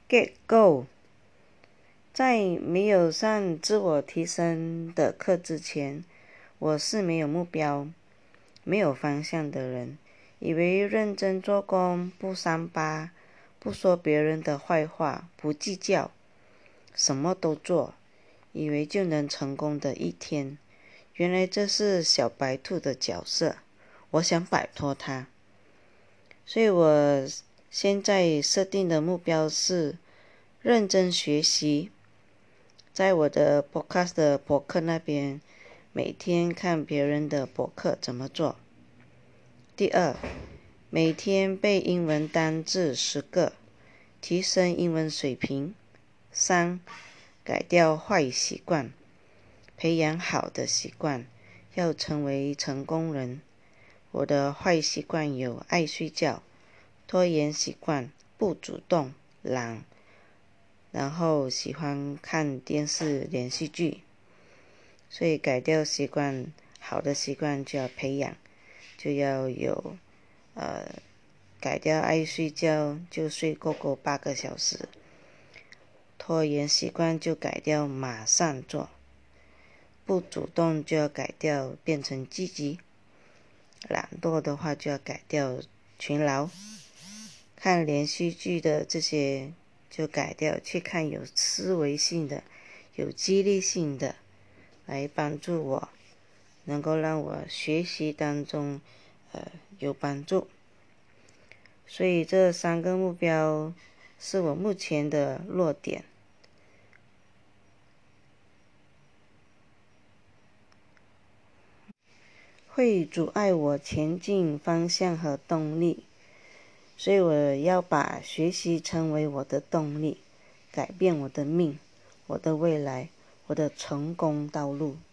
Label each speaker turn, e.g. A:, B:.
A: Get Go。在没有上自我提升的课之前，我是没有目标、没有方向的人，以为认真做工、不三八、不说别人的坏话、不计较，什么都做，以为就能成功的一天。原来这是小白兔的角色，我想摆脱它。所以我现在设定的目标是认真学习，在我的 podcast 的博客那边，每天看别人的博客怎么做。第二，每天背英文单字10个，提升英文水平。3，改掉坏习惯，培养好的习惯，要成为成功人。我的坏习惯有爱睡觉、拖延习惯、不主动、懒，然后喜欢看电视连续剧。所以改掉习惯，好的习惯就要培养，就要有改掉爱睡觉，就睡够8个小时。拖延习惯就改掉马上做，不主动就要改掉变成积极，懒惰的话就要改掉勤劳，看连续剧的这些就改掉，去看有思维性的、有激励性的，来帮助我，能够让我学习当中有帮助。所以这3个目标是我目前的弱点，会阻碍我前进方向和动力。所以我要把学习成为我的动力，改变我的命，我的未来，我的成功道路。